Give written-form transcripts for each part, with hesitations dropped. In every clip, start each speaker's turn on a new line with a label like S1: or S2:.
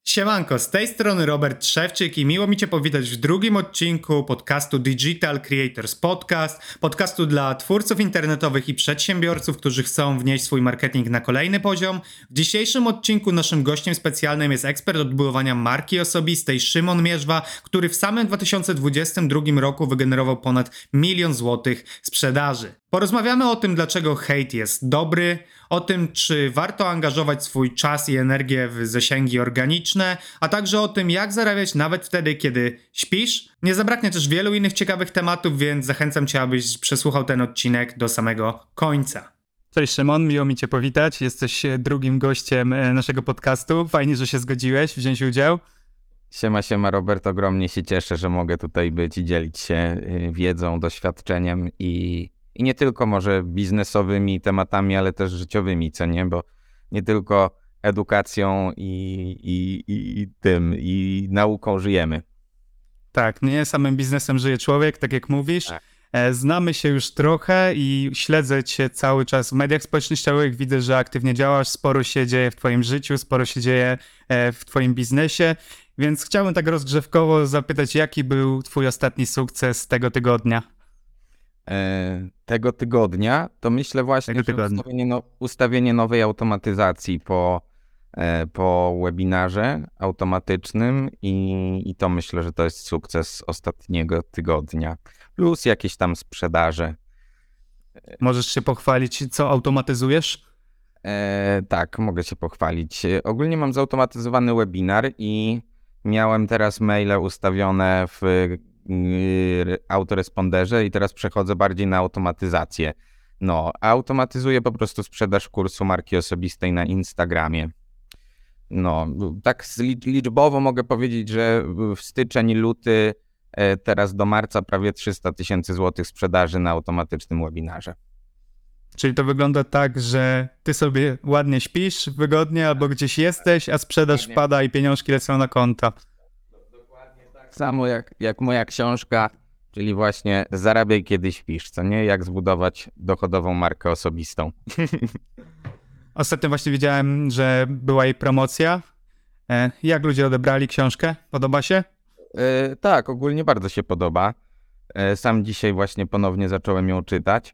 S1: Siemanko, z tej strony Robert Szewczyk i miło mi Cię powitać w drugim odcinku podcastu Digital Creators Podcast, podcastu dla twórców internetowych i przedsiębiorców, którzy chcą wnieść swój marketing na kolejny poziom. W dzisiejszym odcinku naszym gościem specjalnym jest ekspert od budowania marki osobistej Szymon Mierzwa, który w samym 2022 roku wygenerował ponad 1 000 000 złotych sprzedaży. Porozmawiamy o tym, dlaczego hejt jest dobry, o tym, czy warto angażować swój czas i energię w zasięgi organiczne, a także o tym, jak zarabiać nawet wtedy, kiedy śpisz. Nie zabraknie też wielu innych ciekawych tematów, więc zachęcam Cię, abyś przesłuchał ten odcinek do samego końca. Cześć Szymon, miło mi Cię powitać. Jesteś drugim gościem naszego podcastu. Fajnie, że się zgodziłeś wziąć udział.
S2: Siema Robert, ogromnie się cieszę, że mogę tutaj być i dzielić się wiedzą, doświadczeniem i nie tylko może biznesowymi tematami, ale też życiowymi, co nie, bo nie tylko edukacją i nauką żyjemy.
S1: Tak, nie samym biznesem żyje człowiek, tak jak mówisz. Tak. Znamy się już trochę i śledzę Cię cały czas w mediach społecznościowych. Widzę, że aktywnie działasz, sporo się dzieje w Twoim życiu, sporo się dzieje w Twoim biznesie, więc chciałbym tak rozgrzewkowo zapytać, jaki był Twój ostatni sukces tego tygodnia?
S2: Tego tygodnia to myślę właśnie, że ustawienie nowej automatyzacji po webinarze automatycznym i to myślę, że to jest sukces ostatniego tygodnia. Plus jakieś tam sprzedaże.
S1: Możesz się pochwalić, co automatyzujesz?
S2: Tak, mogę się pochwalić. Ogólnie mam zautomatyzowany webinar i miałem teraz maile ustawione w autoresponderze i teraz przechodzę bardziej na automatyzację. Automatyzuję po prostu sprzedaż kursu marki osobistej na Instagramie. Tak liczbowo mogę powiedzieć, że w styczeń, luty, teraz do marca prawie 300 000 złotych sprzedaży na automatycznym webinarze.
S1: Czyli to wygląda tak, że ty sobie ładnie śpisz, wygodnie albo gdzieś jesteś, a sprzedaż wpada i pieniążki lecą na konta.
S2: Dokładnie tak samo jak moja książka, czyli właśnie Zarabiaj kiedy śpisz, co nie? Jak zbudować dochodową markę osobistą.
S1: Ostatnio właśnie widziałem, że była jej promocja. Jak ludzie odebrali książkę? Podoba się?
S2: Tak, ogólnie bardzo się podoba. Sam dzisiaj właśnie ponownie zacząłem ją czytać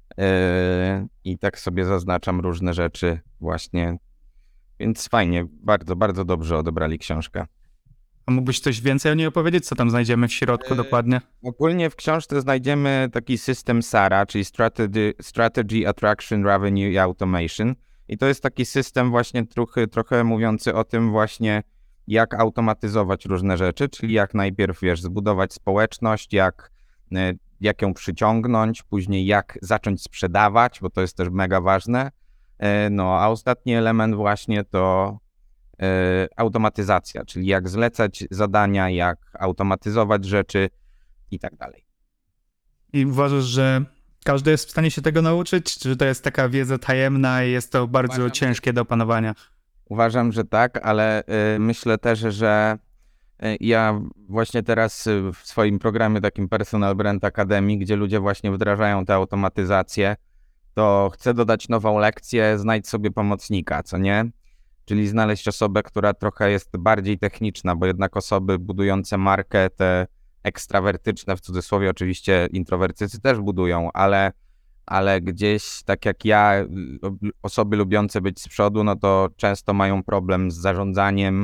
S2: i tak sobie zaznaczam różne rzeczy właśnie, więc fajnie, bardzo, bardzo dobrze odebrali książkę.
S1: A mógłbyś coś więcej o niej opowiedzieć? Co tam znajdziemy w środku dokładnie?
S2: Ogólnie w książce znajdziemy taki system SARA, czyli Strategy, Attraction, Revenue i Automation. I to jest taki system właśnie trochę mówiący o tym właśnie, jak automatyzować różne rzeczy, czyli jak najpierw, zbudować społeczność, jak ją przyciągnąć, później jak zacząć sprzedawać, bo to jest też mega ważne. A ostatni element właśnie to automatyzacja, czyli jak zlecać zadania, jak automatyzować rzeczy i tak dalej.
S1: I uważasz, że każdy jest w stanie się tego nauczyć? Czy to jest taka wiedza tajemna i jest to bardzo ciężkie do opanowania?
S2: Uważam, że tak, ale myślę też, że ja właśnie teraz w swoim programie takim Personal Brand Academy, gdzie ludzie właśnie wdrażają tę automatyzację, to chcę dodać nową lekcję, znajdź sobie pomocnika, co nie? Czyli znaleźć osobę, która trochę jest bardziej techniczna, bo jednak osoby budujące markę, te ekstrawertyczne, w cudzysłowie oczywiście introwertycy też budują, ale gdzieś tak jak ja, osoby lubiące być z przodu, to często mają problem z zarządzaniem,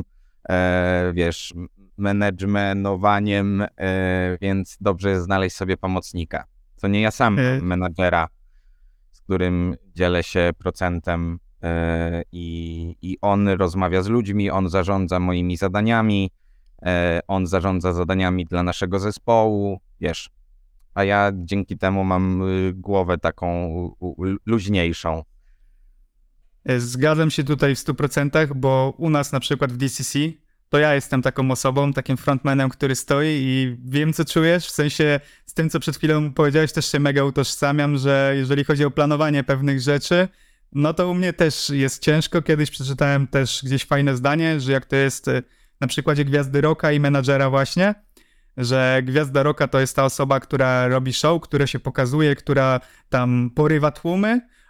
S2: menedżmentowaniem, więc dobrze jest znaleźć sobie pomocnika. Co nie ja sam menadżera, z którym dzielę się procentem i on rozmawia z ludźmi, on zarządza moimi zadaniami, on zarządza zadaniami dla naszego zespołu, a ja dzięki temu mam głowę taką luźniejszą.
S1: Zgadzam się tutaj w 100%, bo u nas na przykład w DCC to ja jestem taką osobą, takim frontmanem, który stoi i wiem, co czujesz, w sensie z tym, co przed chwilą powiedziałeś, też się mega utożsamiam, że jeżeli chodzi o planowanie pewnych rzeczy, to u mnie też jest ciężko. Kiedyś przeczytałem też gdzieś fajne zdanie, że jak to jest na przykładzie Gwiazdy Rocka i menadżera właśnie, że Gwiazda Rocka to jest ta osoba, która robi show, która się pokazuje, która tam porywa tłumy,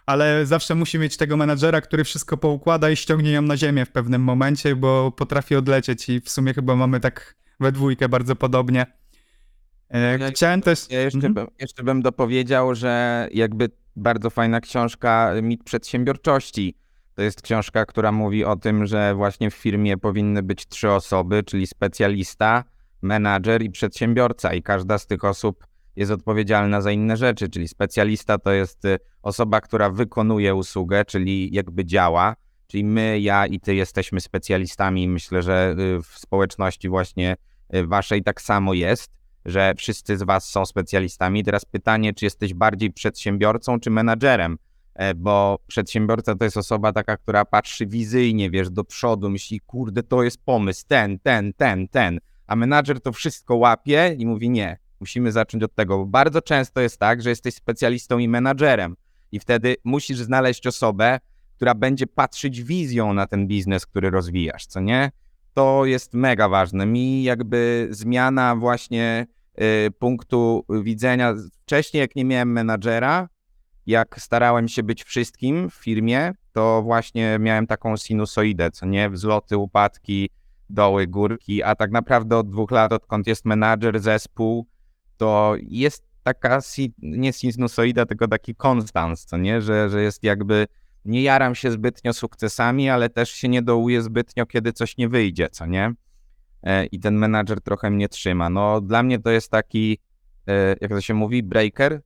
S3: ale zawsze musi mieć tego menadżera, który wszystko poukłada i ściągnie ją na ziemię w pewnym momencie, bo potrafi odlecieć i w sumie chyba mamy tak we dwójkę bardzo podobnie. Chciałem też...
S2: Ja jeszcze bym dopowiedział, że jakby bardzo fajna książka Mit przedsiębiorczości. To jest książka, która mówi o tym, że właśnie w firmie powinny być 3 osoby, czyli specjalista, menadżer i przedsiębiorca i każda z tych osób jest odpowiedzialna za inne rzeczy, czyli specjalista to jest osoba, która wykonuje usługę, czyli jakby działa, czyli my, ja i ty jesteśmy specjalistami i myślę, że w społeczności właśnie waszej tak samo jest, że wszyscy z was są specjalistami. Teraz pytanie, czy jesteś bardziej przedsiębiorcą czy menadżerem, bo przedsiębiorca to jest osoba taka, która patrzy wizyjnie, wiesz, do przodu, myśli, kurde, to jest pomysł, ten, a menadżer to wszystko łapie i mówi nie. Musimy zacząć od tego, bo bardzo często jest tak, że jesteś specjalistą i menadżerem i wtedy musisz znaleźć osobę, która będzie patrzeć wizją na ten biznes, który rozwijasz, co nie? To jest mega ważne. Mi jakby zmiana właśnie punktu widzenia, wcześniej jak nie miałem menadżera, jak starałem się być wszystkim w firmie, to właśnie miałem taką sinusoidę, co nie? Wzloty, upadki, doły, górki, a tak naprawdę od 2 lat, odkąd jest menadżer, zespół, to jest taka, nie sinusoida, tylko taki konstans, co nie? Że jest jakby, nie jaram się zbytnio sukcesami, ale też się nie dołuję zbytnio, kiedy coś nie wyjdzie, co nie? I ten menadżer trochę mnie trzyma. No dla mnie to jest taki, jak to się mówi, breaker?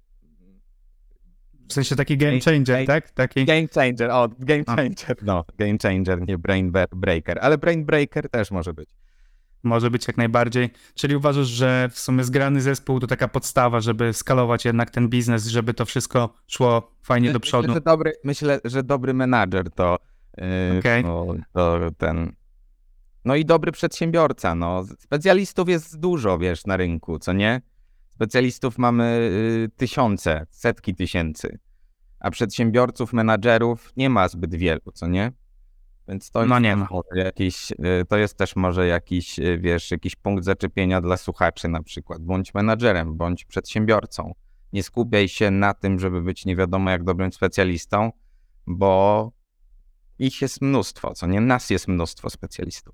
S3: W sensie taki game changer, tak? Taki...
S2: Game changer, game changer. No, game changer, nie brain breaker, ale brain breaker też może być.
S3: Może być jak najbardziej. Czyli uważasz, że w sumie zgrany zespół to taka podstawa, żeby skalować jednak ten biznes, żeby to wszystko szło fajnie do przodu.
S2: Myślę, że dobry menadżer to,
S3: Okay.
S2: to ten... No i dobry przedsiębiorca, no. Specjalistów jest dużo, wiesz, na rynku, co nie? Specjalistów mamy tysiące, setki tysięcy, a przedsiębiorców, menadżerów nie ma zbyt wielu, co nie? Więc to jest, to jest też może jakiś, wiesz, jakiś punkt zaczepienia dla słuchaczy na przykład. Bądź menadżerem, bądź przedsiębiorcą. Nie skupiaj się na tym, żeby być nie wiadomo jak dobrym specjalistą, bo ich jest mnóstwo, co nie? Nas jest mnóstwo specjalistów.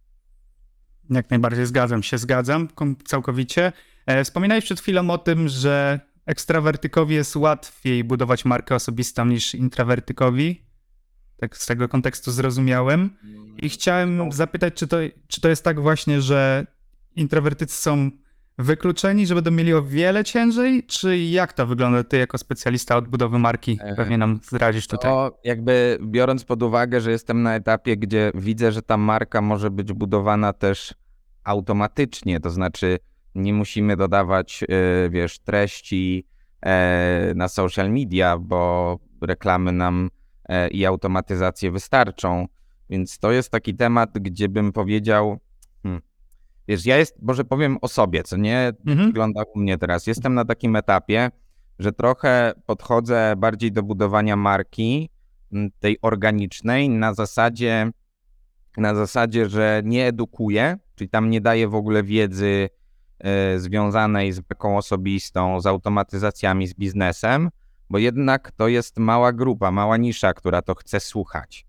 S3: Jak najbardziej zgadzam całkowicie. Wspominałeś przed chwilą o tym, że ekstrawertykowi jest łatwiej budować markę osobistą niż intrawertykowi. Tak z tego kontekstu zrozumiałem. I chciałem zapytać, czy to jest tak właśnie, że introwertycy są wykluczeni, że będą mieli o wiele ciężej, czy jak to wygląda ty jako specjalista od budowy marki? Pewnie nam zdradzisz tutaj.
S2: To jakby biorąc pod uwagę, że jestem na etapie, gdzie widzę, że ta marka może być budowana też automatycznie, to znaczy nie musimy dodawać, wiesz, treści na social media, bo reklamy nam i automatyzacje wystarczą, więc to jest taki temat, gdzie bym powiedział, wiesz, może powiem o sobie, co nie wygląda u mnie teraz. Jestem na takim etapie, że trochę podchodzę bardziej do budowania marki, tej organicznej, na zasadzie, że nie edukuję, czyli tam nie daję w ogóle wiedzy związanej z marką osobistą, z automatyzacjami, z biznesem, bo jednak to jest mała grupa, mała nisza, która to chce słuchać.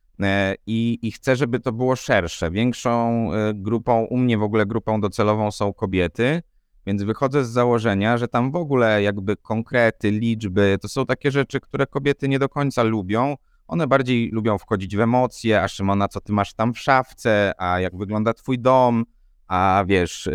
S2: I chcę, żeby to było szersze. Większą grupą, u mnie w ogóle grupą docelową są kobiety, więc wychodzę z założenia, że tam w ogóle jakby konkrety, liczby, to są takie rzeczy, które kobiety nie do końca lubią. One bardziej lubią wchodzić w emocje, a Szymona, co ty masz tam w szafce, a jak wygląda twój dom, a wiesz...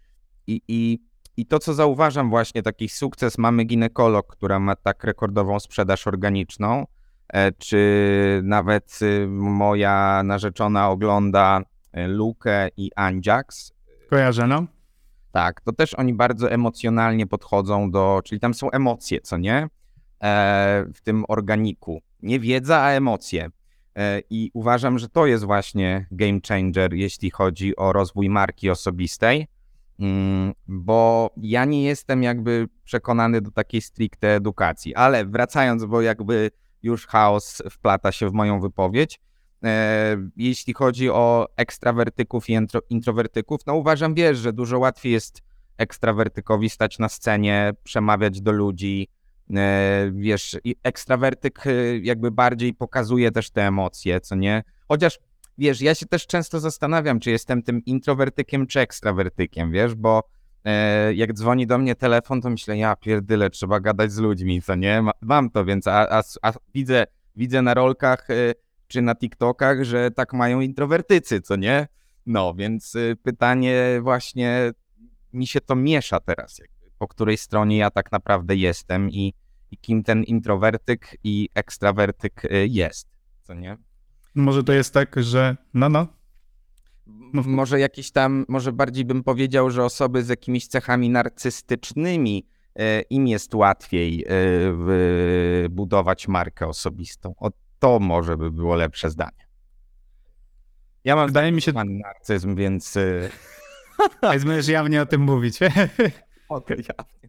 S2: I to, co zauważam właśnie, taki sukces Mamy Ginekolog, która ma tak rekordową sprzedaż organiczną, czy nawet moja narzeczona ogląda Lukę i Andziaks.
S3: Kojarzę, no.
S2: Tak, to też oni bardzo emocjonalnie podchodzą czyli tam są emocje, co nie? W tym organiku. Nie wiedza, a emocje. I uważam, że to jest właśnie game changer, jeśli chodzi o rozwój marki osobistej. Bo ja nie jestem jakby przekonany do takiej stricte edukacji, ale wracając, bo jakby już chaos wplata się w moją wypowiedź, jeśli chodzi o ekstrawertyków i introwertyków, no uważam, wiesz, że dużo łatwiej jest ekstrawertykowi stać na scenie, przemawiać do ludzi, Wiesz, i ekstrawertyk jakby bardziej pokazuje też te emocje, co nie? Chociaż, wiesz, ja się też często zastanawiam, czy jestem tym introwertykiem, czy ekstrawertykiem, wiesz, bo jak dzwoni do mnie telefon, to myślę, ja pierdyle, trzeba gadać z ludźmi, co nie? Mam to, więc a widzę na rolkach czy na TikTokach, że tak mają introwertycy, co nie? No, więc pytanie właśnie, mi się to miesza teraz, jakby, po której stronie ja tak naprawdę jestem i kim ten introwertyk i ekstrawertyk jest, co nie?
S3: Może to jest tak, że no.
S2: Może jakieś tam, może bardziej bym powiedział, że osoby z jakimiś cechami narcystycznymi, im jest łatwiej budować markę osobistą. O, to może by było lepsze zdanie. Ja mam
S3: Wydaje mi się,
S2: narcyzm, więc...
S3: Będziesz jawnie o tym mówić.
S2: Okej,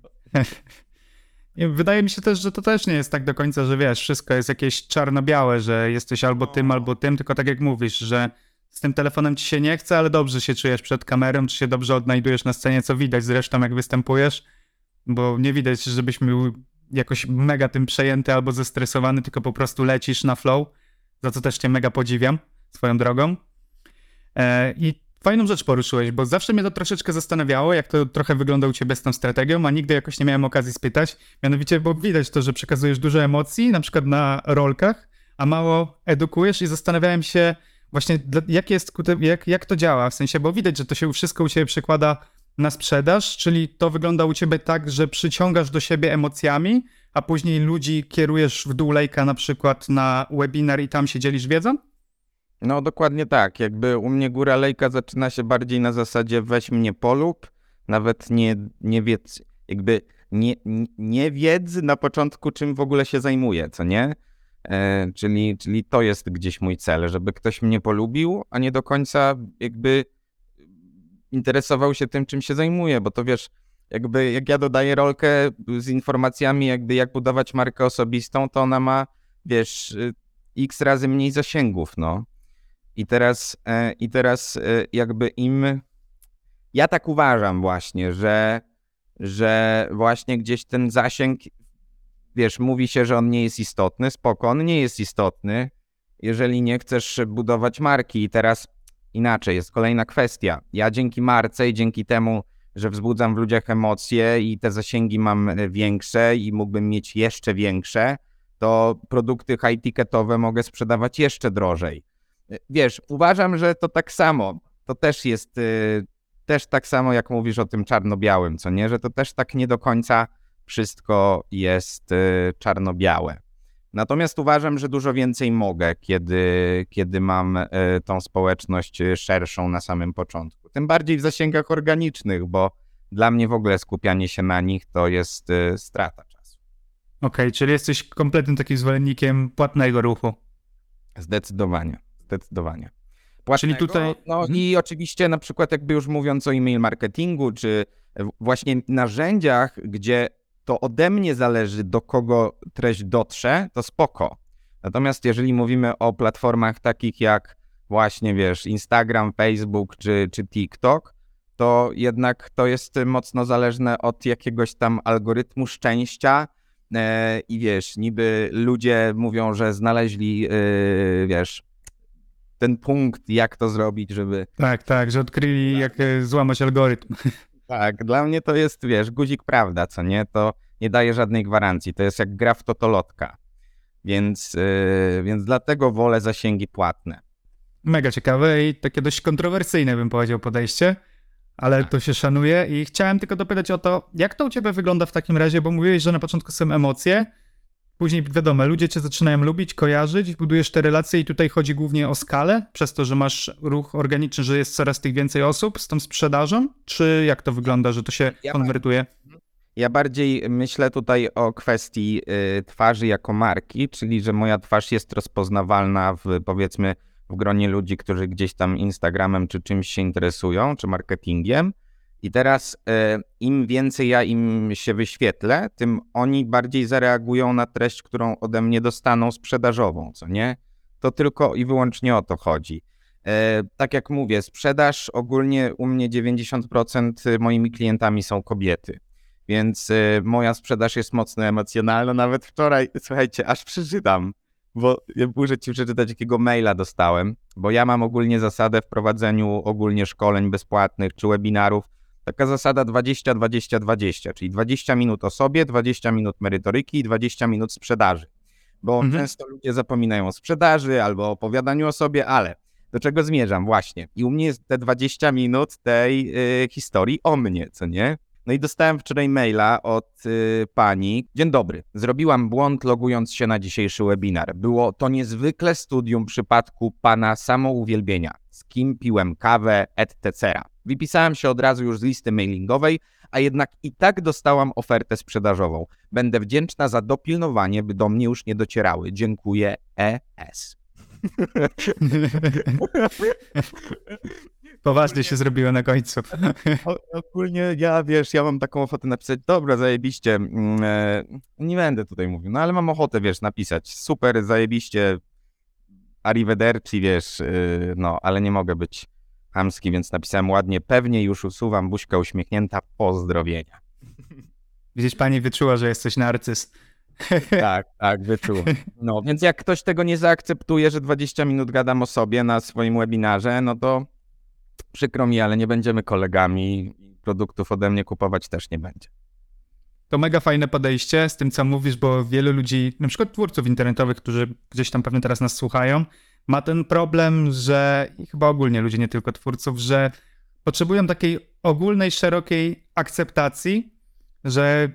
S3: I wydaje mi się też, że to też nie jest tak do końca, że wiesz, wszystko jest jakieś czarno-białe, że jesteś albo tym, tylko tak jak mówisz, że z tym telefonem ci się nie chce, ale dobrze się czujesz przed kamerą, czy się dobrze odnajdujesz na scenie, co widać zresztą jak występujesz, bo nie widać, żebyś był jakoś mega tym przejęty albo zestresowany, tylko po prostu lecisz na flow, za co też cię mega podziwiam swoją drogą. I fajną rzecz poruszyłeś, bo zawsze mnie to troszeczkę zastanawiało, jak to trochę wygląda u ciebie z tą strategią, a nigdy jakoś nie miałem okazji spytać. Mianowicie, bo widać to, że przekazujesz dużo emocji, na przykład na rolkach, a mało edukujesz i zastanawiałem się właśnie, jak to działa, w sensie, bo widać, że to się wszystko u ciebie przekłada na sprzedaż, czyli to wygląda u ciebie tak, że przyciągasz do siebie emocjami, a później ludzi kierujesz w dół lejka na przykład na webinar i tam się dzielisz wiedzą?
S2: No dokładnie tak, jakby u mnie góra lejka zaczyna się bardziej na zasadzie weź mnie polub, nawet nie wiedz, jakby nie wiedz na początku czym w ogóle się zajmuję, co nie? Czyli to jest gdzieś mój cel, żeby ktoś mnie polubił, a nie do końca jakby interesował się tym czym się zajmuję, bo to wiesz, jakby jak ja dodaję rolkę z informacjami jakby jak budować markę osobistą, to ona ma wiesz x razy mniej zasięgów, no. I teraz jakby ja tak uważam właśnie, że właśnie gdzieś ten zasięg, wiesz, mówi się, że on nie jest istotny, spoko, on nie jest istotny, jeżeli nie chcesz budować marki. I teraz inaczej, jest kolejna kwestia. Ja dzięki marce i dzięki temu, że wzbudzam w ludziach emocje i te zasięgi mam większe i mógłbym mieć jeszcze większe, to produkty high-ticketowe mogę sprzedawać jeszcze drożej. Wiesz, uważam, że to tak samo, to też jest też tak samo, jak mówisz o tym czarno-białym, co nie, że to też tak nie do końca wszystko jest czarno-białe. Natomiast uważam, że dużo więcej mogę, kiedy mam tą społeczność szerszą na samym początku. Tym bardziej w zasięgach organicznych, bo dla mnie w ogóle skupianie się na nich to jest strata czasu.
S3: Okej, czyli jesteś kompletnym takim zwolennikiem płatnego ruchu.
S2: Zdecydowanie. Płatnego,
S3: czyli tutaj...
S2: No i oczywiście na przykład jakby już mówiąc o e-mail marketingu, czy właśnie narzędziach, gdzie to ode mnie zależy, do kogo treść dotrze, to spoko. Natomiast jeżeli mówimy o platformach takich jak właśnie, wiesz, Instagram, Facebook czy TikTok, to jednak to jest mocno zależne od jakiegoś tam algorytmu szczęścia i wiesz, niby ludzie mówią, że znaleźli, wiesz, ten punkt, jak to zrobić, żeby...
S3: Tak, że odkryli, jak złamać algorytm.
S2: Tak, dla mnie to jest, wiesz, guzik prawda, co nie? To nie daje żadnej gwarancji. To jest jak gra w totolotka. Więc dlatego wolę zasięgi płatne.
S3: Mega ciekawe i takie dość kontrowersyjne, bym powiedział, podejście, ale
S2: Tak.
S3: to się szanuje i chciałem tylko dopytać o to, jak to u ciebie wygląda w takim razie, bo mówiłeś, że na początku są emocje, później wiadomo, ludzie cię zaczynają lubić, kojarzyć, budujesz te relacje i tutaj chodzi głównie o skalę, przez to, że masz ruch organiczny, że jest coraz tych więcej osób z tą sprzedażą, czy jak to wygląda, że to się konwertuje?
S2: Ja bardziej myślę tutaj o kwestii twarzy jako marki, czyli że moja twarz jest rozpoznawalna powiedzmy w gronie ludzi, którzy gdzieś tam Instagramem czy czymś się interesują, czy marketingiem. I teraz im więcej ja im się wyświetlę, tym oni bardziej zareagują na treść, którą ode mnie dostaną sprzedażową, co nie? To tylko i wyłącznie o to chodzi. Tak jak mówię, sprzedaż ogólnie u mnie 90% moimi klientami są kobiety. Więc moja sprzedaż jest mocno emocjonalna. Nawet wczoraj, słuchajcie, aż przeczytam, bo ja muszę ci przeczytać, jakiego maila dostałem, bo ja mam ogólnie zasadę w prowadzeniu ogólnie szkoleń bezpłatnych czy webinarów. Taka zasada 20-20-20, czyli 20 minut o sobie, 20 minut merytoryki i 20 minut sprzedaży. Bo często ludzie zapominają o sprzedaży albo o opowiadaniu o sobie, ale do czego zmierzam właśnie. I u mnie jest te 20 minut tej historii o mnie, co nie? No i dostałem wczoraj maila od pani. Dzień dobry, zrobiłam błąd logując się na dzisiejszy webinar. Było to niezwykle studium przypadku pana samouwielbienia, z kim piłem kawę, etc. Wypisałem się od razu już z listy mailingowej, a jednak i tak dostałam ofertę sprzedażową. Będę wdzięczna za dopilnowanie, by do mnie już nie docierały. Dziękuję, ES.
S3: Poważnie się zrobiło na końcu.
S2: Ogólnie ja mam taką ochotę napisać, dobra, zajebiście, nie będę tutaj mówił, no ale mam ochotę, napisać, super, zajebiście, arrivederci, no, ale nie mogę być chamski, więc napisałem ładnie, pewnie już usuwam, buźka uśmiechnięta, pozdrowienia.
S3: Widzisz, pani wyczuła, że jesteś narcyz.
S2: Tak, wyczułem. No, więc jak ktoś tego nie zaakceptuje, że 20 minut gadam o sobie na swoim webinarze, no to przykro mi, ale nie będziemy kolegami i produktów ode mnie kupować też nie będzie.
S3: To mega fajne podejście z tym, co mówisz, bo wielu ludzi, na przykład twórców internetowych, którzy gdzieś tam pewnie teraz nas słuchają, ma ten problem, że i chyba ogólnie ludzie, nie tylko twórców, że potrzebują takiej ogólnej, szerokiej akceptacji, że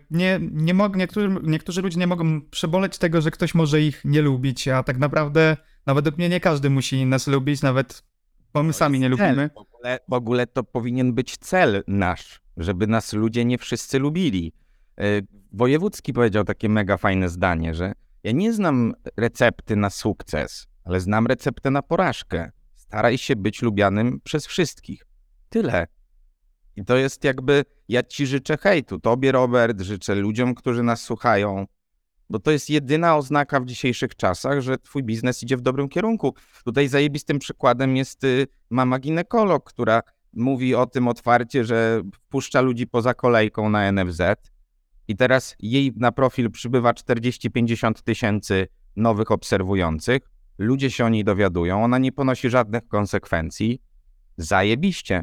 S3: niektórzy ludzie nie mogą przeboleć tego, że ktoś może ich nie lubić, a tak naprawdę, no według mnie nie każdy musi nas lubić, nawet bo my sami nie lubimy.
S2: W ogóle to powinien być cel nasz, żeby nas ludzie nie wszyscy lubili. Wojewódzki powiedział takie mega fajne zdanie, że ja nie znam recepty na sukces, ale znam receptę na porażkę. Staraj się być lubianym przez wszystkich. Tyle. I to jest jakby, ja ci życzę hejtu, tobie Robert, życzę ludziom, którzy nas słuchają, bo to jest jedyna oznaka w dzisiejszych czasach, że twój biznes idzie w dobrym kierunku. Tutaj zajebistym przykładem jest mama ginekolog, która mówi o tym otwarcie, że wpuszcza ludzi poza kolejką na NFZ i teraz jej na profil przybywa 40-50 tysięcy nowych obserwujących. Ludzie się o niej dowiadują, ona nie ponosi żadnych konsekwencji. Zajebiście.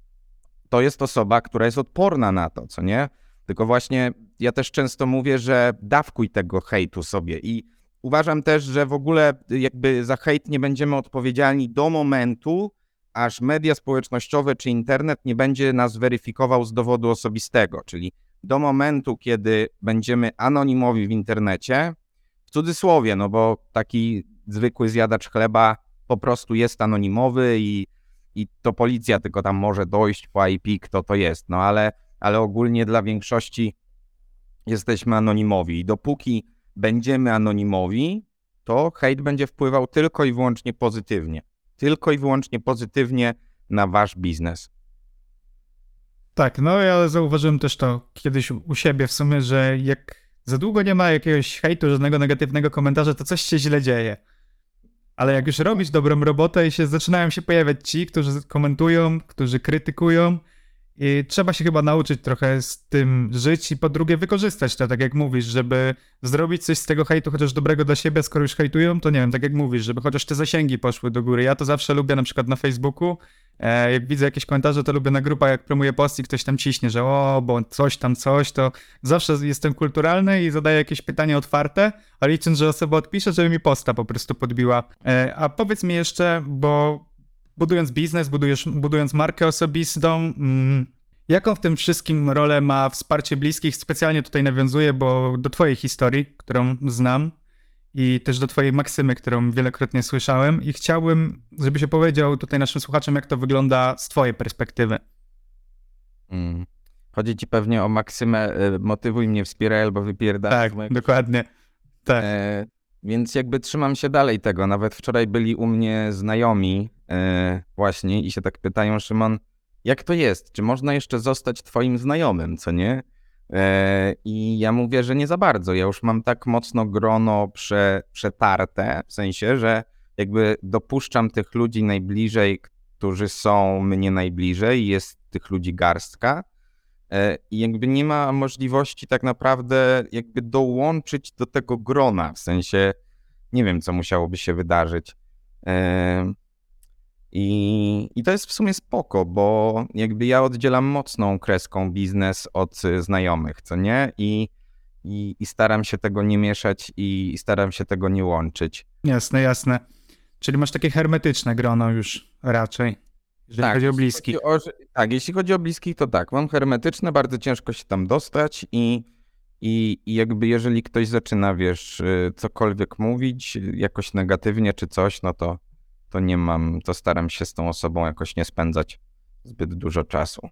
S2: To jest osoba, która jest odporna na to, co nie? Tylko właśnie ja też często mówię, że dawkuj tego hejtu sobie i uważam też, że w ogóle jakby za hejt nie będziemy odpowiedzialni do momentu, aż media społecznościowe czy internet nie będzie nas weryfikował z dowodu osobistego, czyli do momentu, kiedy będziemy anonimowi w internecie, w cudzysłowie, no bo taki zwykły zjadacz chleba po prostu jest anonimowy i to policja tylko tam może dojść po IP, kto to jest, no ale ogólnie dla większości jesteśmy anonimowi i dopóki będziemy anonimowi, to hejt będzie wpływał tylko i wyłącznie pozytywnie. Tylko i wyłącznie pozytywnie na wasz biznes.
S3: Tak, no ja zauważyłem też to kiedyś u siebie w sumie, że jak za długo nie ma jakiegoś hejtu, żadnego negatywnego komentarza, to coś się źle dzieje. Ale jak już robisz dobrą robotę i zaczynają się pojawiać ci, którzy komentują, którzy krytykują i trzeba się chyba nauczyć trochę z tym żyć i po drugie wykorzystać to, tak jak mówisz, żeby zrobić coś z tego hejtu chociaż dobrego dla siebie, skoro już hejtują, to nie wiem, tak jak mówisz, żeby chociaż te zasięgi poszły do góry. Ja to zawsze lubię na przykład na Facebooku, jak widzę jakieś komentarze, to lubię na grupach, jak promuję post i ktoś tam ciśnie, że bo coś tam, to zawsze jestem kulturalny i zadaję jakieś pytanie otwarte, a licząc, że osoba odpisze, żeby mi posta po prostu podbiła. A powiedz mi jeszcze, bo budując biznes, budując markę osobistą, jaką w tym wszystkim rolę ma wsparcie bliskich? Specjalnie tutaj nawiązuję, bo do twojej historii, którą znam i też do twojej maksymy, którą wielokrotnie słyszałem i chciałbym, żebyś opowiedział tutaj naszym słuchaczom, jak to wygląda z twojej perspektywy.
S2: Chodzi ci pewnie o maksymę motywuj mnie, wspieraj albo wypierdalaj.
S3: Tak, dokładnie. Tak.
S2: Więc jakby trzymam się dalej tego. Nawet wczoraj byli u mnie znajomi właśnie i się tak pytają, Szymon, jak to jest? Czy można jeszcze zostać twoim znajomym, co nie? I ja mówię, że nie za bardzo. Ja już mam tak mocno grono przetarte, w sensie, że jakby dopuszczam tych ludzi najbliżej, którzy są mnie najbliżej, jest tych ludzi garstka. i jakby nie ma możliwości tak naprawdę jakby dołączyć do tego grona, w sensie nie wiem, co musiałoby się wydarzyć. I to jest w sumie spoko, bo jakby ja oddzielam mocną kreską biznes od znajomych, co nie? I staram się tego nie mieszać i staram się tego nie łączyć.
S3: Jasne, jasne. Czyli masz takie hermetyczne grono już raczej, jeżeli chodzi o bliskich.
S2: Jeśli chodzi o bliskich, to tak, mam hermetyczne, bardzo ciężko się tam dostać i jakby jeżeli ktoś zaczyna, wiesz, cokolwiek mówić, jakoś negatywnie czy coś, no to nie mam, to staram się z tą osobą jakoś nie spędzać zbyt dużo czasu.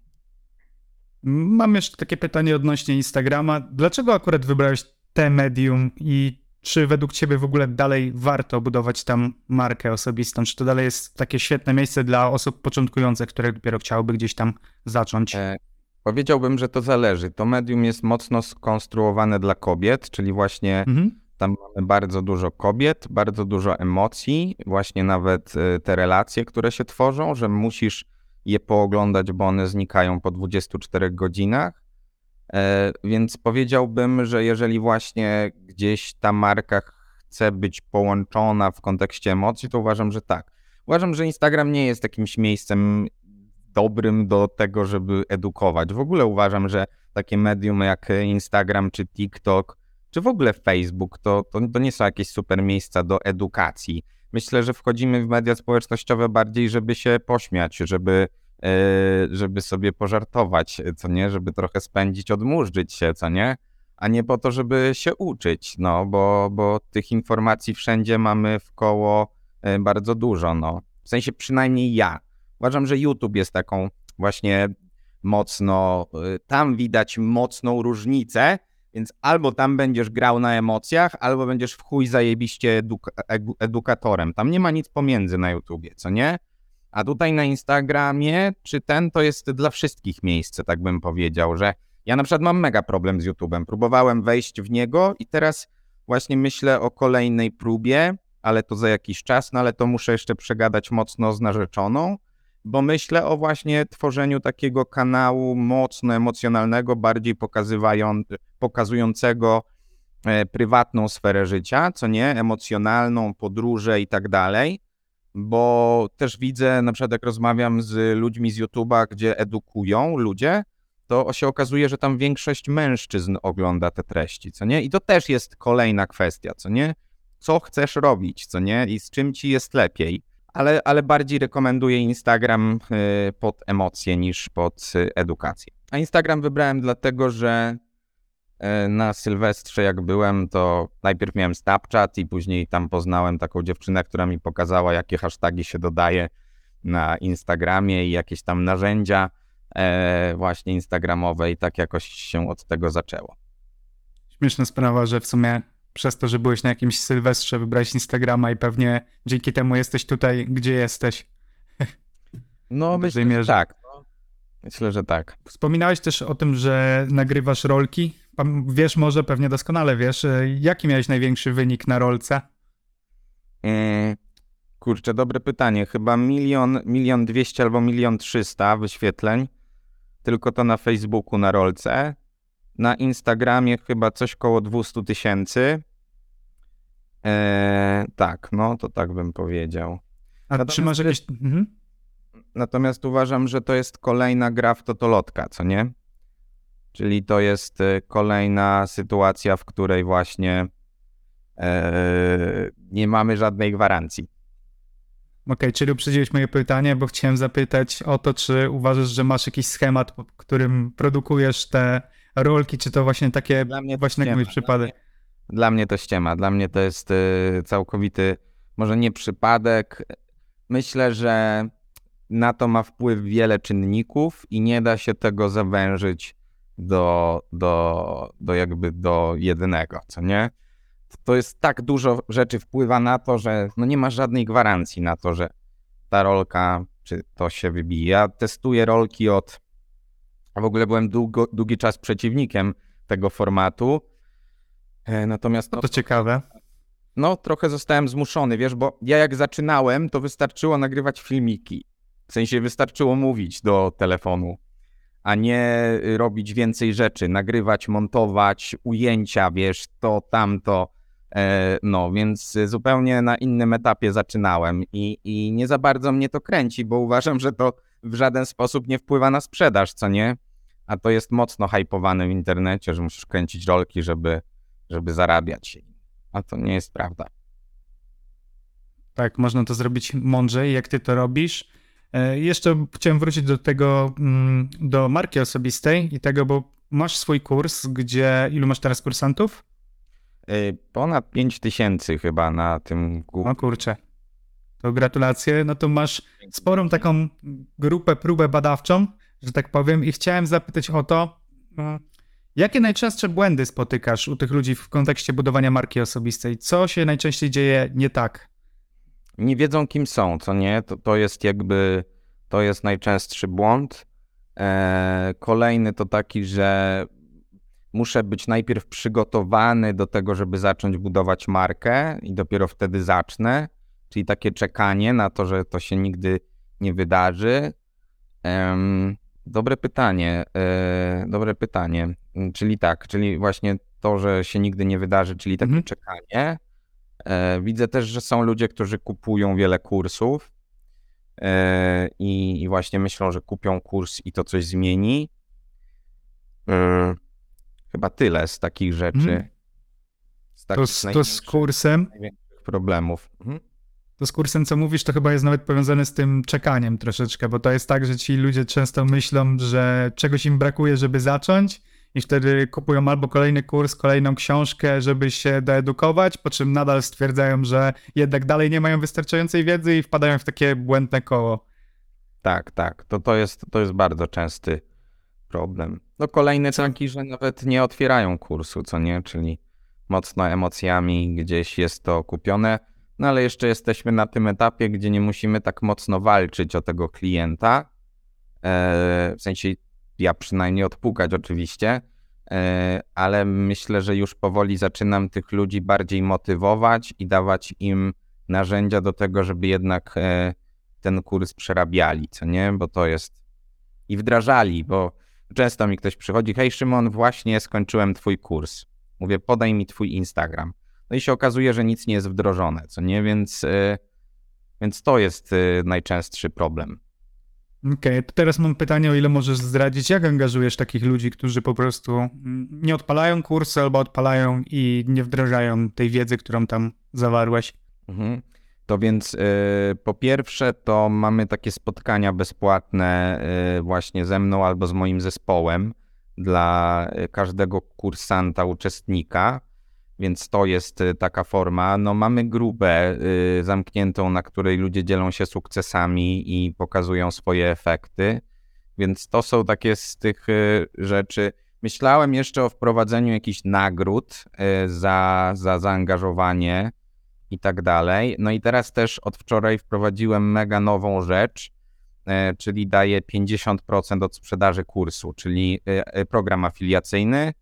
S3: Mam jeszcze takie pytanie odnośnie Instagrama. Dlaczego akurat wybrałeś te medium i czy według ciebie w ogóle dalej warto budować tam markę osobistą? Czy to dalej jest takie świetne miejsce dla osób początkujących, które dopiero chciałyby gdzieś tam zacząć?
S2: Powiedziałbym, że to zależy. To medium jest mocno skonstruowane dla kobiet, czyli właśnie tam mamy bardzo dużo kobiet, bardzo dużo emocji, właśnie nawet te relacje, które się tworzą, że musisz je pooglądać, bo one znikają po 24 godzinach. Więc powiedziałbym, że jeżeli właśnie gdzieś ta marka chce być połączona w kontekście emocji, to uważam, że tak. Uważam, że Instagram nie jest jakimś miejscem dobrym do tego, żeby edukować. W ogóle uważam, że takie medium jak Instagram czy TikTok, czy w ogóle Facebook, to nie są jakieś super miejsca do edukacji. Myślę, że wchodzimy w media społecznościowe bardziej, żeby się pośmiać, żeby sobie pożartować, co nie, żeby trochę spędzić, odmurzyć się, co nie, a nie po to, żeby się uczyć, no, bo tych informacji wszędzie mamy wkoło bardzo dużo, no. W sensie przynajmniej ja. Uważam, że YouTube jest taką właśnie mocno, tam widać mocną różnicę, więc albo tam będziesz grał na emocjach, albo będziesz w chuj zajebiście edukatorem. Tam nie ma nic pomiędzy na YouTubie, co nie? A tutaj na Instagramie, to jest dla wszystkich miejsce, tak bym powiedział, że ja na przykład mam mega problem z YouTubem. Próbowałem wejść w niego i teraz właśnie myślę o kolejnej próbie, ale to za jakiś czas, no ale to muszę jeszcze przegadać mocno z narzeczoną, bo myślę o właśnie tworzeniu takiego kanału mocno emocjonalnego, bardziej pokazującego prywatną sferę życia, co nie, emocjonalną, podróże i tak dalej, bo też widzę, na przykład jak rozmawiam z ludźmi z YouTube'a, gdzie edukują ludzie, to się okazuje, że tam większość mężczyzn ogląda te treści, co nie, i to też jest kolejna kwestia, co nie, co chcesz robić, co nie, i z czym ci jest lepiej. Ale bardziej rekomenduję Instagram pod emocje niż pod edukację. A Instagram wybrałem dlatego, że na Sylwestrze jak byłem, to najpierw miałem Snapchat i później tam poznałem taką dziewczynę, która mi pokazała, jakie hasztagi się dodaje na Instagramie i jakieś tam narzędzia właśnie instagramowe i tak jakoś się od tego zaczęło.
S3: Śmieszna sprawa, że w sumie przez to, że byłeś na jakimś Sylwestrze, wybrałeś Instagrama i pewnie dzięki temu jesteś tutaj, gdzie jesteś.
S2: No myślę, że tak. Myślę, że tak.
S3: Wspominałeś też o tym, że nagrywasz rolki. Wiesz, może pewnie doskonale wiesz, jaki miałeś największy wynik na rolce?
S2: Kurczę, dobre pytanie. Chyba 1 200 000 albo 1 300 000 wyświetleń. Tylko to na Facebooku na rolce. Na Instagramie chyba coś koło 200 000. Tak, no to tak bym powiedział.
S3: A czy masz jakieś...
S2: Natomiast uważam, że to jest kolejna gra w totolotka, co nie? Czyli to jest kolejna sytuacja, w której właśnie nie mamy żadnej gwarancji.
S3: Okej, czyli uprzedziłeś moje pytanie, bo chciałem zapytać o to, czy uważasz, że masz jakiś schemat, po którym produkujesz te rolki, czy to właśnie takie właśnie jak mój przypadek?
S2: Dla mnie to ściema. Dla mnie to jest całkowity, może nie przypadek. Myślę, że na to ma wpływ wiele czynników i nie da się tego zawężyć do jednego, co nie? To jest tak dużo rzeczy wpływa na to, że no nie ma żadnej gwarancji na to, że ta rolka, czy to się wybije. Ja testuję rolki a w ogóle byłem długi czas przeciwnikiem tego formatu. Natomiast
S3: to ciekawe.
S2: No trochę zostałem zmuszony, wiesz, bo ja jak zaczynałem, to wystarczyło nagrywać filmiki. W sensie wystarczyło mówić do telefonu. a nie robić więcej rzeczy, nagrywać, montować, ujęcia, wiesz, to, tamto. No, więc zupełnie na innym etapie zaczynałem i nie za bardzo mnie to kręci, bo uważam, że to w żaden sposób nie wpływa na sprzedaż, co nie? A to jest mocno hypowane w internecie, że musisz kręcić rolki, żeby zarabiać. A to nie jest prawda.
S3: Tak, można to zrobić mądrzej, jak ty to robisz. Jeszcze chciałem wrócić do tego, do marki osobistej i tego, bo masz swój kurs, ilu masz teraz kursantów?
S2: Ponad 5000 chyba na tym
S3: O kurczę, to gratulacje. No to masz sporą taką próbę badawczą, że tak powiem, i chciałem zapytać o to, jakie najczęstsze błędy spotykasz u tych ludzi w kontekście budowania marki osobistej? Co się najczęściej dzieje nie tak?
S2: Nie wiedzą, kim są, co nie? To jest najczęstszy błąd. Kolejny to taki, że muszę być najpierw przygotowany do tego, żeby zacząć budować markę i dopiero wtedy zacznę. Czyli takie czekanie na to, że to się nigdy nie wydarzy. Dobre pytanie. Czyli właśnie to, że się nigdy nie wydarzy, czyli takie czekanie. Widzę też, że są ludzie, którzy kupują wiele kursów i właśnie myślą, że kupią kurs i to coś zmieni. Chyba tyle z takich rzeczy.
S3: To z kursem?
S2: Największych problemów.
S3: To z kursem, co mówisz, to chyba jest nawet powiązane z tym czekaniem troszeczkę, bo to jest tak, że ci ludzie często myślą, że czegoś im brakuje, żeby zacząć i wtedy kupują albo kolejny kurs, kolejną książkę, żeby się doedukować, po czym nadal stwierdzają, że jednak dalej nie mają wystarczającej wiedzy i wpadają w takie błędne koło.
S2: Tak. To jest bardzo częsty problem. No kolejny taki, że nawet nie otwierają kursu, co nie? Czyli mocno emocjami gdzieś jest to kupione. No ale jeszcze jesteśmy na tym etapie, gdzie nie musimy tak mocno walczyć o tego klienta. W sensie ja przynajmniej odpukać oczywiście, ale myślę, że już powoli zaczynam tych ludzi bardziej motywować i dawać im narzędzia do tego, żeby jednak ten kurs przerabiali, co nie? Bo to jest... I wdrażali, bo często mi ktoś przychodzi: hej Szymon, właśnie skończyłem twój kurs. Mówię: podaj mi twój Instagram. No i się okazuje, że nic nie jest wdrożone, co nie? Więc to jest najczęstszy problem.
S3: Okej, to teraz mam pytanie, o ile możesz zdradzić, jak angażujesz takich ludzi, którzy po prostu nie odpalają kursu albo odpalają i nie wdrażają tej wiedzy, którą tam zawarłeś?
S2: To więc po pierwsze to mamy takie spotkania bezpłatne właśnie ze mną albo z moim zespołem dla każdego kursanta, uczestnika, więc to jest taka forma. No mamy grupę zamkniętą, na której ludzie dzielą się sukcesami i pokazują swoje efekty, więc to są takie z tych rzeczy. Myślałem jeszcze o wprowadzeniu jakichś nagród za zaangażowanie i tak dalej. No i teraz też od wczoraj wprowadziłem mega nową rzecz, czyli daję 50% od sprzedaży kursu, czyli program afiliacyjny,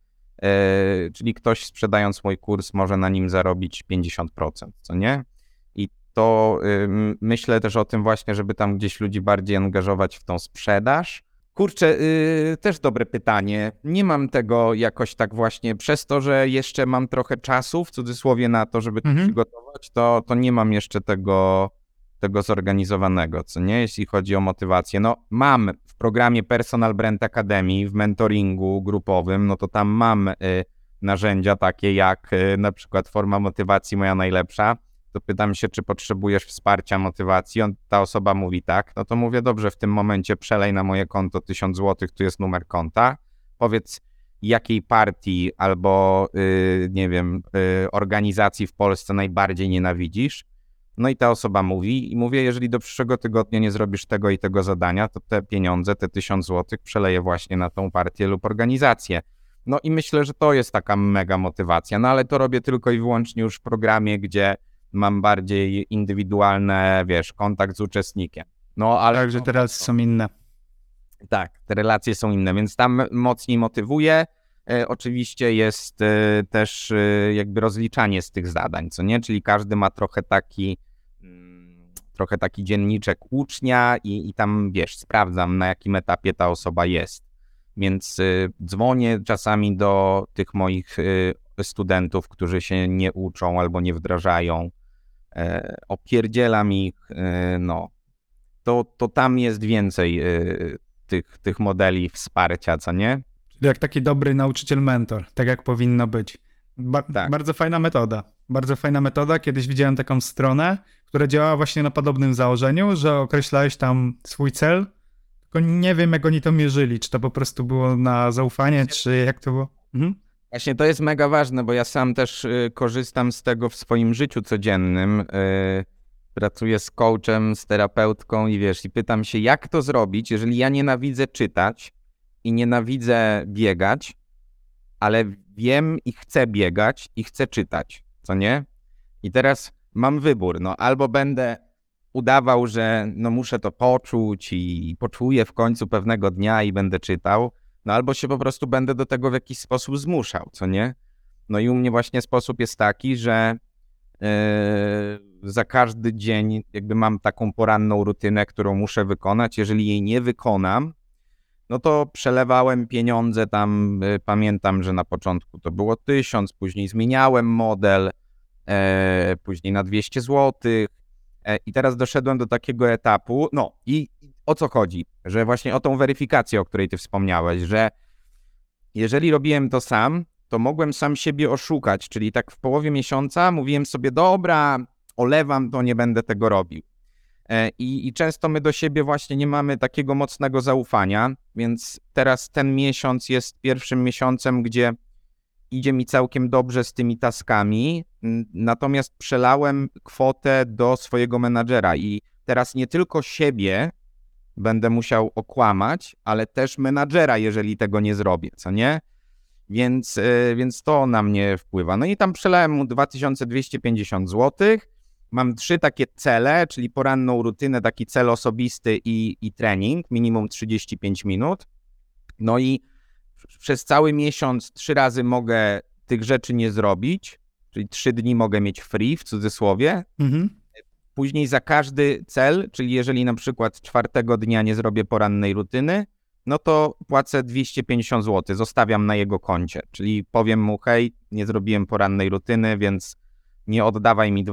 S2: czyli ktoś sprzedając mój kurs może na nim zarobić 50%, co nie? I to myślę też o tym właśnie, żeby tam gdzieś ludzi bardziej angażować w tą sprzedaż. Kurczę, też dobre pytanie. Nie mam tego jakoś tak właśnie, przez to, że jeszcze mam trochę czasu, w cudzysłowie, na to, żeby to przygotować, to nie mam jeszcze tego zorganizowanego, co nie, jeśli chodzi o motywację. No mam w programie Personal Brand Academy, w mentoringu grupowym, no to tam mam narzędzia takie jak na przykład forma motywacji moja najlepsza. To pytam się, czy potrzebujesz wsparcia motywacji. Ta osoba mówi tak, no to mówię: dobrze, w tym momencie przelej na moje konto 1000 zł, tu jest numer konta. Powiedz, jakiej partii albo nie wiem, organizacji w Polsce najbardziej nienawidzisz. No i ta osoba mówi i mówię: jeżeli do przyszłego tygodnia nie zrobisz tego i tego zadania, to te pieniądze, te 1000 zł przeleję właśnie na tą partię lub organizację. No i myślę, że to jest taka mega motywacja, no ale to robię tylko i wyłącznie już w programie, gdzie mam bardziej indywidualny, wiesz, kontakt z uczestnikiem. No ale...
S3: Także te relacje są inne.
S2: Tak, te relacje są inne, więc tam mocniej motywuję. Oczywiście jest też jakby rozliczanie z tych zadań, co nie? Czyli każdy ma trochę taki dzienniczek ucznia i tam, wiesz, sprawdzam, na jakim etapie ta osoba jest. Więc dzwonię czasami do tych moich studentów, którzy się nie uczą albo nie wdrażają, opierdzielam ich, no. To tam jest więcej tych modeli wsparcia, co nie?
S3: Czyli jak taki dobry nauczyciel-mentor, tak jak powinno być.
S2: Tak.
S3: Bardzo fajna metoda. Bardzo fajna metoda. Kiedyś widziałem taką stronę, która działała właśnie na podobnym założeniu, że określałeś tam swój cel, tylko nie wiem, jak oni to mierzyli. Czy to po prostu było na zaufanie, czy jak to było?
S2: Właśnie to jest mega ważne, bo ja sam też korzystam z tego w swoim życiu codziennym. Pracuję z coachem, z terapeutką i wiesz, i pytam się, jak to zrobić, jeżeli ja nienawidzę czytać i nienawidzę biegać, ale wiem i chcę biegać i chcę czytać, co nie? I teraz mam wybór, no albo będę udawał, że no muszę to poczuć i poczuję w końcu pewnego dnia i będę czytał, no albo się po prostu będę do tego w jakiś sposób zmuszał, co nie? No i u mnie właśnie sposób jest taki, że za każdy dzień jakby mam taką poranną rutynę, którą muszę wykonać. Jeżeli jej nie wykonam, no to przelewałem pieniądze tam, pamiętam, że na początku to było 1000, później zmieniałem model, później na 200 zł i teraz doszedłem do takiego etapu, no i o co chodzi? Że właśnie o tą weryfikację, o której ty wspomniałeś, że jeżeli robiłem to sam, to mogłem sam siebie oszukać, czyli tak w połowie miesiąca mówiłem sobie, dobra, olewam to, nie będę tego robił. I często my do siebie właśnie nie mamy takiego mocnego zaufania, więc teraz ten miesiąc jest pierwszym miesiącem, gdzie idzie mi całkiem dobrze z tymi taskami, natomiast przelałem kwotę do swojego menadżera i teraz nie tylko siebie będę musiał okłamać, ale też menadżera, jeżeli tego nie zrobię, co nie? Więc to na mnie wpływa. No i tam przelałem mu 2250 zł. Mam 3 takie cele, czyli poranną rutynę, taki cel osobisty i trening, minimum 35 minut. No i przez cały miesiąc 3 razy mogę tych rzeczy nie zrobić, czyli 3 dni mogę mieć free, w cudzysłowie. Później za każdy cel, czyli jeżeli na przykład 4 dnia nie zrobię porannej rutyny, no to płacę 250 zł, zostawiam na jego koncie, czyli powiem mu, hej, nie zrobiłem porannej rutyny, więc nie oddawaj mi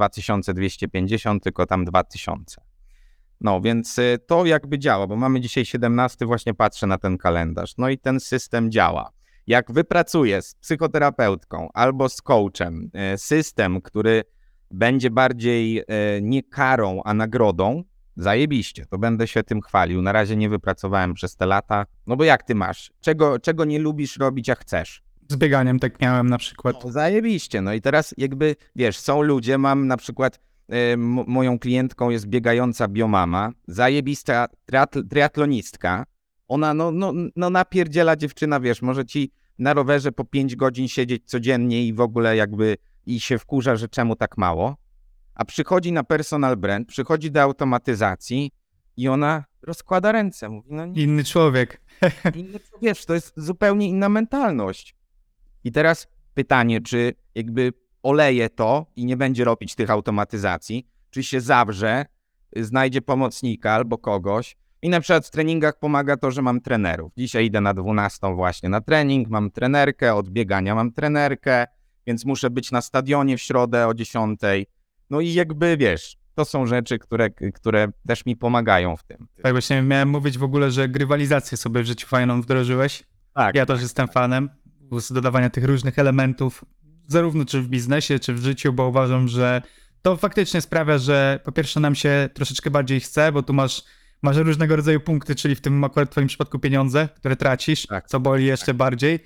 S2: 2250, tylko tam 2000. No więc to jakby działa, bo mamy dzisiaj 17, właśnie patrzę na ten kalendarz, no i ten system działa. Jak wypracuję z psychoterapeutką albo z coachem system, który będzie bardziej nie karą, a nagrodą, zajebiście, to będę się tym chwalił. Na razie nie wypracowałem przez te lata, no bo jak ty masz? Czego nie lubisz robić, a chcesz?
S3: Z bieganiem tak miałem na przykład.
S2: No, zajebiście, no i teraz jakby, wiesz, są ludzie, mam na przykład, moją klientką jest biegająca biomama, zajebista triatlonistka, ona no napierdziela dziewczyna, wiesz, może ci na rowerze po 5 godzin siedzieć codziennie i w ogóle jakby i się wkurza, że czemu tak mało, a przychodzi na personal brand, przychodzi do automatyzacji i ona rozkłada ręce, mówi, no nie.
S3: Inny człowiek.
S2: Wiesz, to jest zupełnie inna mentalność. I teraz pytanie, czy jakby oleje to i nie będzie robić tych automatyzacji, czy się zawrze, znajdzie pomocnika albo kogoś. I na przykład w treningach pomaga to, że mam trenerów. Dzisiaj idę na 12 właśnie na trening, mam trenerkę, od biegania mam trenerkę, więc muszę być na stadionie w środę o 10. No i jakby wiesz, to są rzeczy, które też mi pomagają w tym.
S3: Tak, właśnie miałem mówić w ogóle, że grywalizację sobie w życiu fajną wdrożyłeś.
S2: Tak.
S3: Ja też jestem fanem dodawania tych różnych elementów, zarówno czy w biznesie, czy w życiu, bo uważam, że to faktycznie sprawia, że po pierwsze nam się troszeczkę bardziej chce, bo tu masz różnego rodzaju punkty, czyli w tym akurat w twoim przypadku pieniądze, które tracisz,
S2: Tak.
S3: co boli jeszcze bardziej.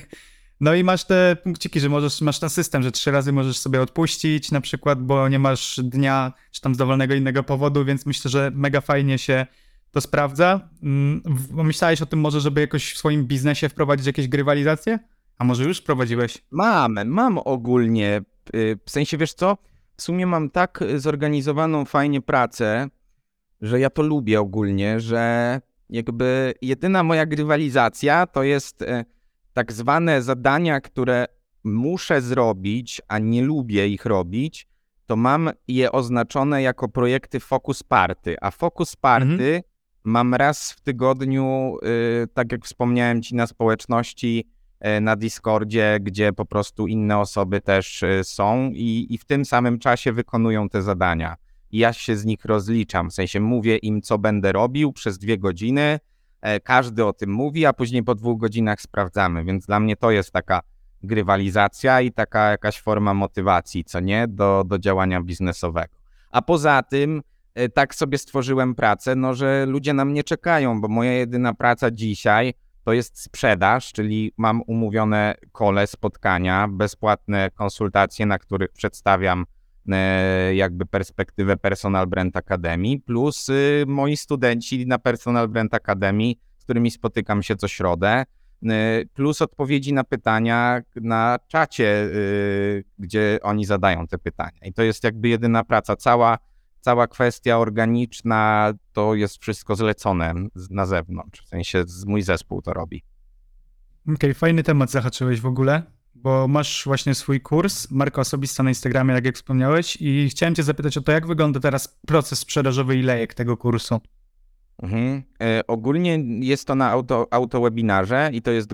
S3: No i masz te punkciki, że masz ten system, że 3 razy możesz sobie odpuścić na przykład, bo nie masz dnia, czy tam z dowolnego innego powodu, więc myślę, że mega fajnie się to sprawdza. Myślałeś o tym może, żeby jakoś w swoim biznesie wprowadzić jakieś grywalizacje? A może już wprowadziłeś?
S2: Mam ogólnie, w sensie wiesz co, w sumie mam tak zorganizowaną fajnie pracę, że ja to lubię ogólnie, że jakby jedyna moja grywalizacja to jest tak zwane zadania, które muszę zrobić, a nie lubię ich robić, to mam je oznaczone jako projekty Focus Party, a Focus Party mam raz w tygodniu, tak jak wspomniałem Ci, na społeczności, na Discordzie, gdzie po prostu inne osoby też są i w tym samym czasie wykonują te zadania. I ja się z nich rozliczam, w sensie mówię im, co będę robił przez 2 godziny, każdy o tym mówi, a później po 2 godzinach sprawdzamy, więc dla mnie to jest taka grywalizacja i taka jakaś forma motywacji, co nie, do działania biznesowego. A poza tym tak sobie stworzyłem pracę, no że ludzie na mnie czekają, bo moja jedyna praca dzisiaj to jest sprzedaż, czyli mam umówione call, spotkania, bezpłatne konsultacje, na których przedstawiam jakby perspektywę Personal Brand Academy, plus moi studenci na Personal Brand Academy, z którymi spotykam się co środę, plus odpowiedzi na pytania na czacie, gdzie oni zadają te pytania. I to jest jakby jedyna praca. Cała kwestia organiczna to jest wszystko zlecone na zewnątrz, w sensie mój zespół to robi.
S3: Okej, fajny temat zahaczyłeś w ogóle, bo masz właśnie swój kurs, marka osobista na Instagramie, jak wspomniałeś, i chciałem cię zapytać o to, jak wygląda teraz proces sprzedażowy i lejek tego kursu.
S2: Ogólnie jest to na autowebinarze i to jest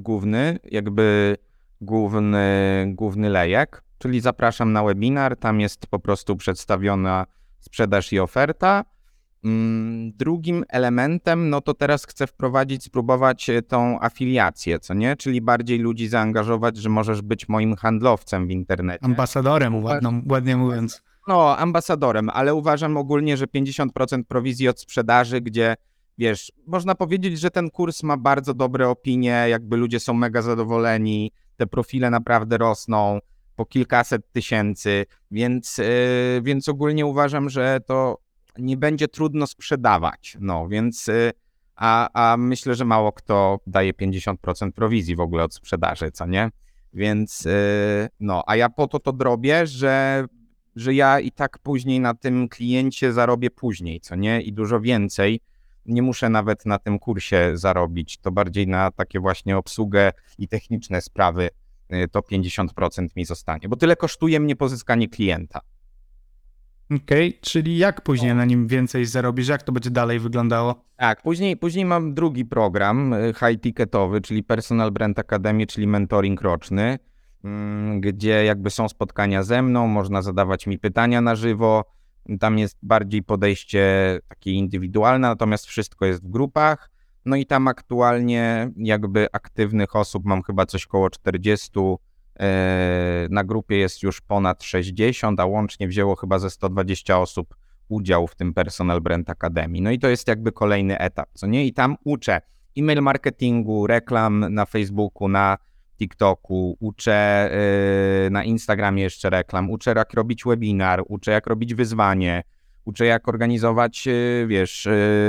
S2: główny lejek, czyli zapraszam na webinar, tam jest po prostu przedstawiona sprzedaż i oferta. Drugim elementem, no to teraz chcę spróbować tą afiliację, co nie? Czyli bardziej ludzi zaangażować, że możesz być moim handlowcem w internecie.
S3: Ambasadorem, ładnie mówiąc.
S2: No, ambasadorem, ale uważam ogólnie, że 50% prowizji od sprzedaży, gdzie wiesz, można powiedzieć, że ten kurs ma bardzo dobre opinie, jakby ludzie są mega zadowoleni, te profile naprawdę rosną po kilkaset tysięcy, więc ogólnie uważam, że to nie będzie trudno sprzedawać, no więc, a myślę, że mało kto daje 50% prowizji w ogóle od sprzedaży, co nie? Więc, no, a ja po to robię, że ja i tak później na tym kliencie zarobię później, co nie? I dużo więcej. Nie muszę nawet na tym kursie zarobić, to bardziej na takie właśnie obsługę i techniczne sprawy to 50% mi zostanie, bo tyle kosztuje mnie pozyskanie klienta.
S3: Okej, czyli jak później na nim więcej zarobisz, jak to będzie dalej wyglądało?
S2: Tak, później mam drugi program high-ticketowy, czyli Personal Brand Academy, czyli mentoring roczny, gdzie jakby są spotkania ze mną, można zadawać mi pytania na żywo, tam jest bardziej podejście takie indywidualne, natomiast wszystko jest w grupach, no i tam aktualnie jakby aktywnych osób mam chyba coś koło 40, na grupie jest już ponad 60, a łącznie wzięło chyba ze 120 osób udział w tym Personal Brand Academy. No i to jest jakby kolejny etap, co nie? I tam uczę e-mail marketingu, reklam na Facebooku, na TikToku, uczę na Instagramie jeszcze reklam, uczę jak robić webinar, uczę jak robić wyzwanie, uczę jak organizować, wiesz,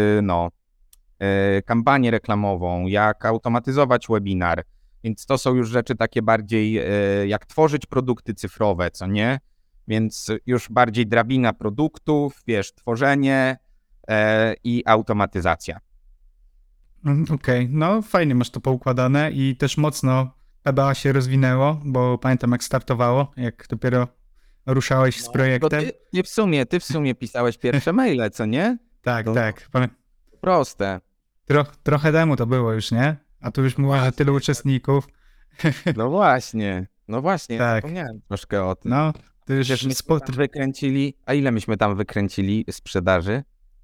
S2: kampanię reklamową, jak automatyzować webinar, więc to są już rzeczy takie bardziej jak tworzyć produkty cyfrowe, co nie? Więc już bardziej drabina produktów, wiesz, tworzenie i automatyzacja.
S3: Okej, no fajnie masz to poukładane i też mocno PBA się rozwinęło, bo pamiętam jak startowało, jak dopiero ruszałeś z projektem.
S2: Ty w sumie pisałeś pierwsze maile, co nie?
S3: Tak,
S2: to
S3: tak.
S2: Proste.
S3: Trochę temu to było już, nie? A tu już było tylu uczestników.
S2: No właśnie,
S3: tak.
S2: Zapomniałem troszkę o tym.
S3: No, to już
S2: wykręcili, a ile myśmy tam wykręcili sprzedaży?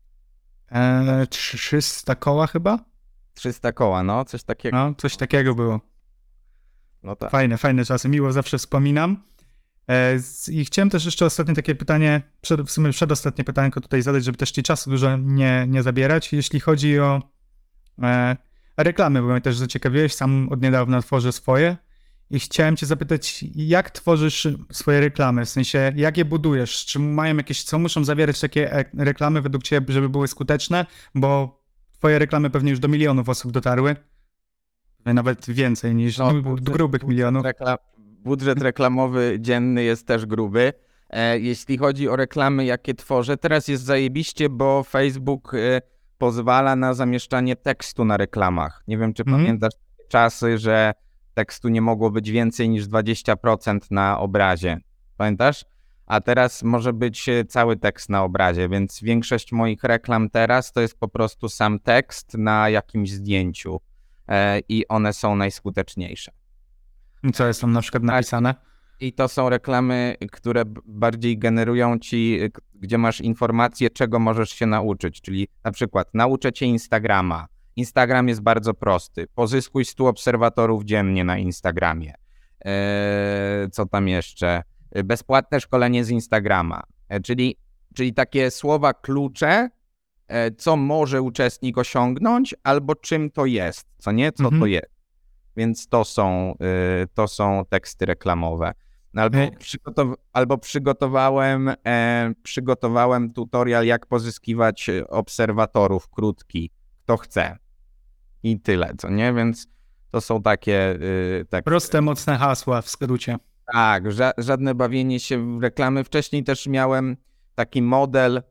S3: 300 koła chyba?
S2: 300 koła, no, coś takiego.
S3: No, coś takiego było.
S2: No tak.
S3: Fajne czasy, miło zawsze wspominam. I chciałem też jeszcze ostatnie takie pytanie, w sumie przedostatnie pytanko tutaj zadać, żeby też ci czasu dużo nie zabierać. Jeśli chodzi o reklamy, bo mnie też zaciekawiłeś, sam od niedawna tworzę swoje i chciałem cię zapytać, jak tworzysz swoje reklamy, w sensie jak je budujesz, czy mają jakieś, co muszą zawierać takie reklamy według ciebie, żeby były skuteczne, bo twoje reklamy pewnie już do milionów osób dotarły, nawet więcej niż grubych milionów.
S2: Budżet reklamowy dzienny jest też gruby. Jeśli chodzi o reklamy, jakie tworzę, teraz jest zajebiście, bo Facebook pozwala na zamieszczanie tekstu na reklamach. Nie wiem, czy pamiętasz czasy, że tekstu nie mogło być więcej niż 20% na obrazie. Pamiętasz? a teraz może być cały tekst na obrazie, więc większość moich reklam teraz to jest po prostu sam tekst na jakimś zdjęciu i one są najskuteczniejsze.
S3: I co jest tam na przykład napisane?
S2: I to są reklamy, które bardziej generują ci, gdzie masz informacje, czego możesz się nauczyć, czyli na przykład nauczę cię Instagrama. Instagram jest bardzo prosty. Pozyskuj 100 obserwatorów dziennie na Instagramie. Co tam jeszcze? Bezpłatne szkolenie z Instagrama. Czyli takie słowa klucze, co może uczestnik osiągnąć, albo czym to jest, co nie? Co to jest. Więc to są teksty reklamowe. Albo przygotowałem tutorial, jak pozyskiwać obserwatorów krótki, kto chce. I tyle, co nie? Więc to są takie...
S3: Proste, mocne hasła w skrócie.
S2: Tak, żadne bawienie się w reklamy. Wcześniej też miałem taki model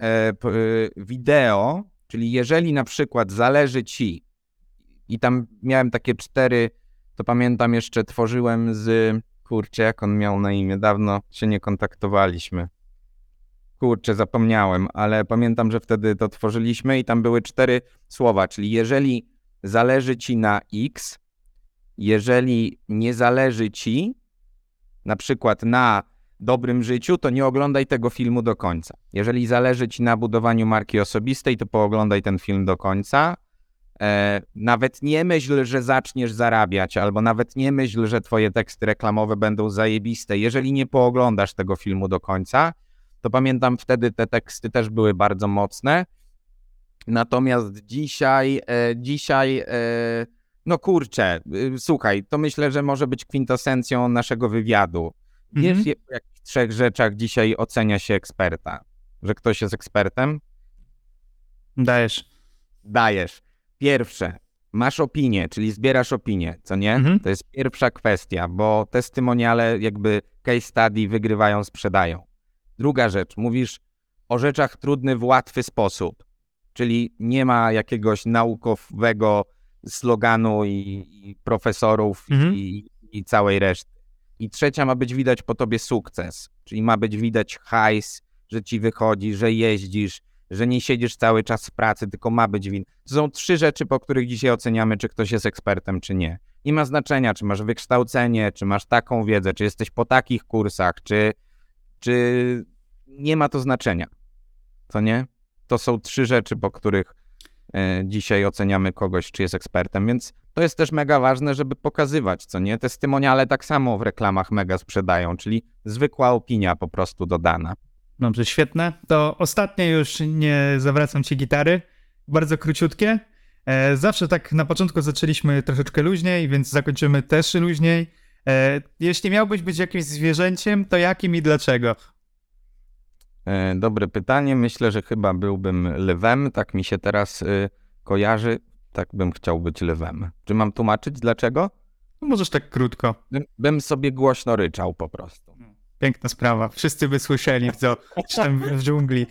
S2: wideo, czyli jeżeli na przykład zależy ci, i tam miałem takie 4, to pamiętam jeszcze tworzyłem kurczę, jak on miał na imię, dawno się nie kontaktowaliśmy. Kurczę, zapomniałem, ale pamiętam, że wtedy to tworzyliśmy i tam były 4 słowa, czyli jeżeli zależy ci na X, jeżeli nie zależy ci na przykład na dobrym życiu, to nie oglądaj tego filmu do końca. Jeżeli zależy ci na budowaniu marki osobistej, to pooglądaj ten film do końca. Nawet nie myśl, że zaczniesz zarabiać, albo nawet nie myśl, że twoje teksty reklamowe będą zajebiste. Jeżeli nie pooglądasz tego filmu do końca, to pamiętam wtedy te teksty też były bardzo mocne. Natomiast dzisiaj no kurczę, słuchaj, to myślę, że może być kwintesencją naszego wywiadu. Wiesz, w jakich 3 rzeczach dzisiaj ocenia się eksperta? Że ktoś jest ekspertem? Dajesz. Pierwsze, masz opinię, czyli zbierasz opinię, co nie? To jest pierwsza kwestia, bo testymoniale jakby case study wygrywają, sprzedają. Druga rzecz, mówisz o rzeczach trudnych w łatwy sposób, czyli nie ma jakiegoś naukowego sloganu i profesorów i całej reszty. I trzecia, ma być widać po tobie sukces, czyli ma być widać hajs, że ci wychodzi, że jeździsz, że nie siedzisz cały czas w pracy, tylko ma być To są 3 rzeczy, po których dzisiaj oceniamy, czy ktoś jest ekspertem, czy nie. Nie ma znaczenia, czy masz wykształcenie, czy masz taką wiedzę, czy jesteś po takich kursach, czy nie ma to znaczenia. Co nie? To są 3 rzeczy, po których dzisiaj oceniamy kogoś, czy jest ekspertem, więc to jest też mega ważne, żeby pokazywać, co nie? Testymoniale tak samo w reklamach mega sprzedają, czyli zwykła opinia po prostu dodana.
S3: Dobrze, świetne. To ostatnie, już nie zawracam ci gitary, bardzo króciutkie. Zawsze tak na początku zaczęliśmy troszeczkę luźniej, więc zakończymy też luźniej. Jeśli miałbyś być jakimś zwierzęciem, to jakim i dlaczego?
S2: Dobre pytanie. Myślę, że chyba byłbym lwem. Tak mi się teraz kojarzy. Tak bym chciał być lwem. Czy mam tłumaczyć dlaczego?
S3: No możesz tak krótko.
S2: Bym sobie głośno ryczał po prostu.
S3: Piękna sprawa. Wszyscy by słyszeli, co tam w dżungli.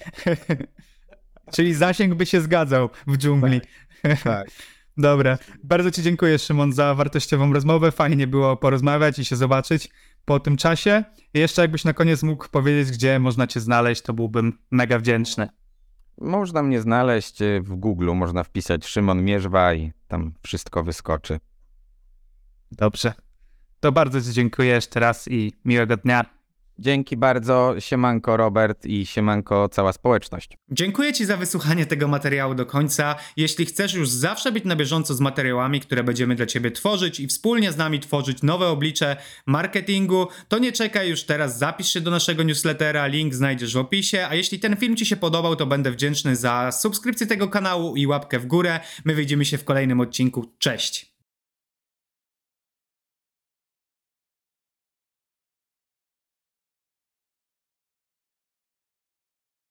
S3: Czyli zasięg by się zgadzał w dżungli.
S2: Tak.
S3: Dobra. Bardzo ci dziękuję, Szymon, za wartościową rozmowę. Fajnie było porozmawiać i się zobaczyć po tym czasie. I jeszcze jakbyś na koniec mógł powiedzieć, gdzie można cię znaleźć, to byłbym mega wdzięczny.
S2: Można mnie znaleźć w Google. Można wpisać Szymon Mierzwa i tam wszystko wyskoczy.
S3: Dobrze. To bardzo ci dziękuję jeszcze raz i miłego dnia.
S2: Dzięki bardzo, siemanko Robert i siemanko cała społeczność.
S1: Dziękuję ci za wysłuchanie tego materiału do końca. Jeśli chcesz już zawsze być na bieżąco z materiałami, które będziemy dla ciebie tworzyć i wspólnie z nami tworzyć nowe oblicze marketingu, to nie czekaj już teraz, zapisz się do naszego newslettera, link znajdziesz w opisie, a jeśli ten film ci się podobał, to będę wdzięczny za subskrypcję tego kanału i łapkę w górę. My widzimy się w kolejnym odcinku. Cześć!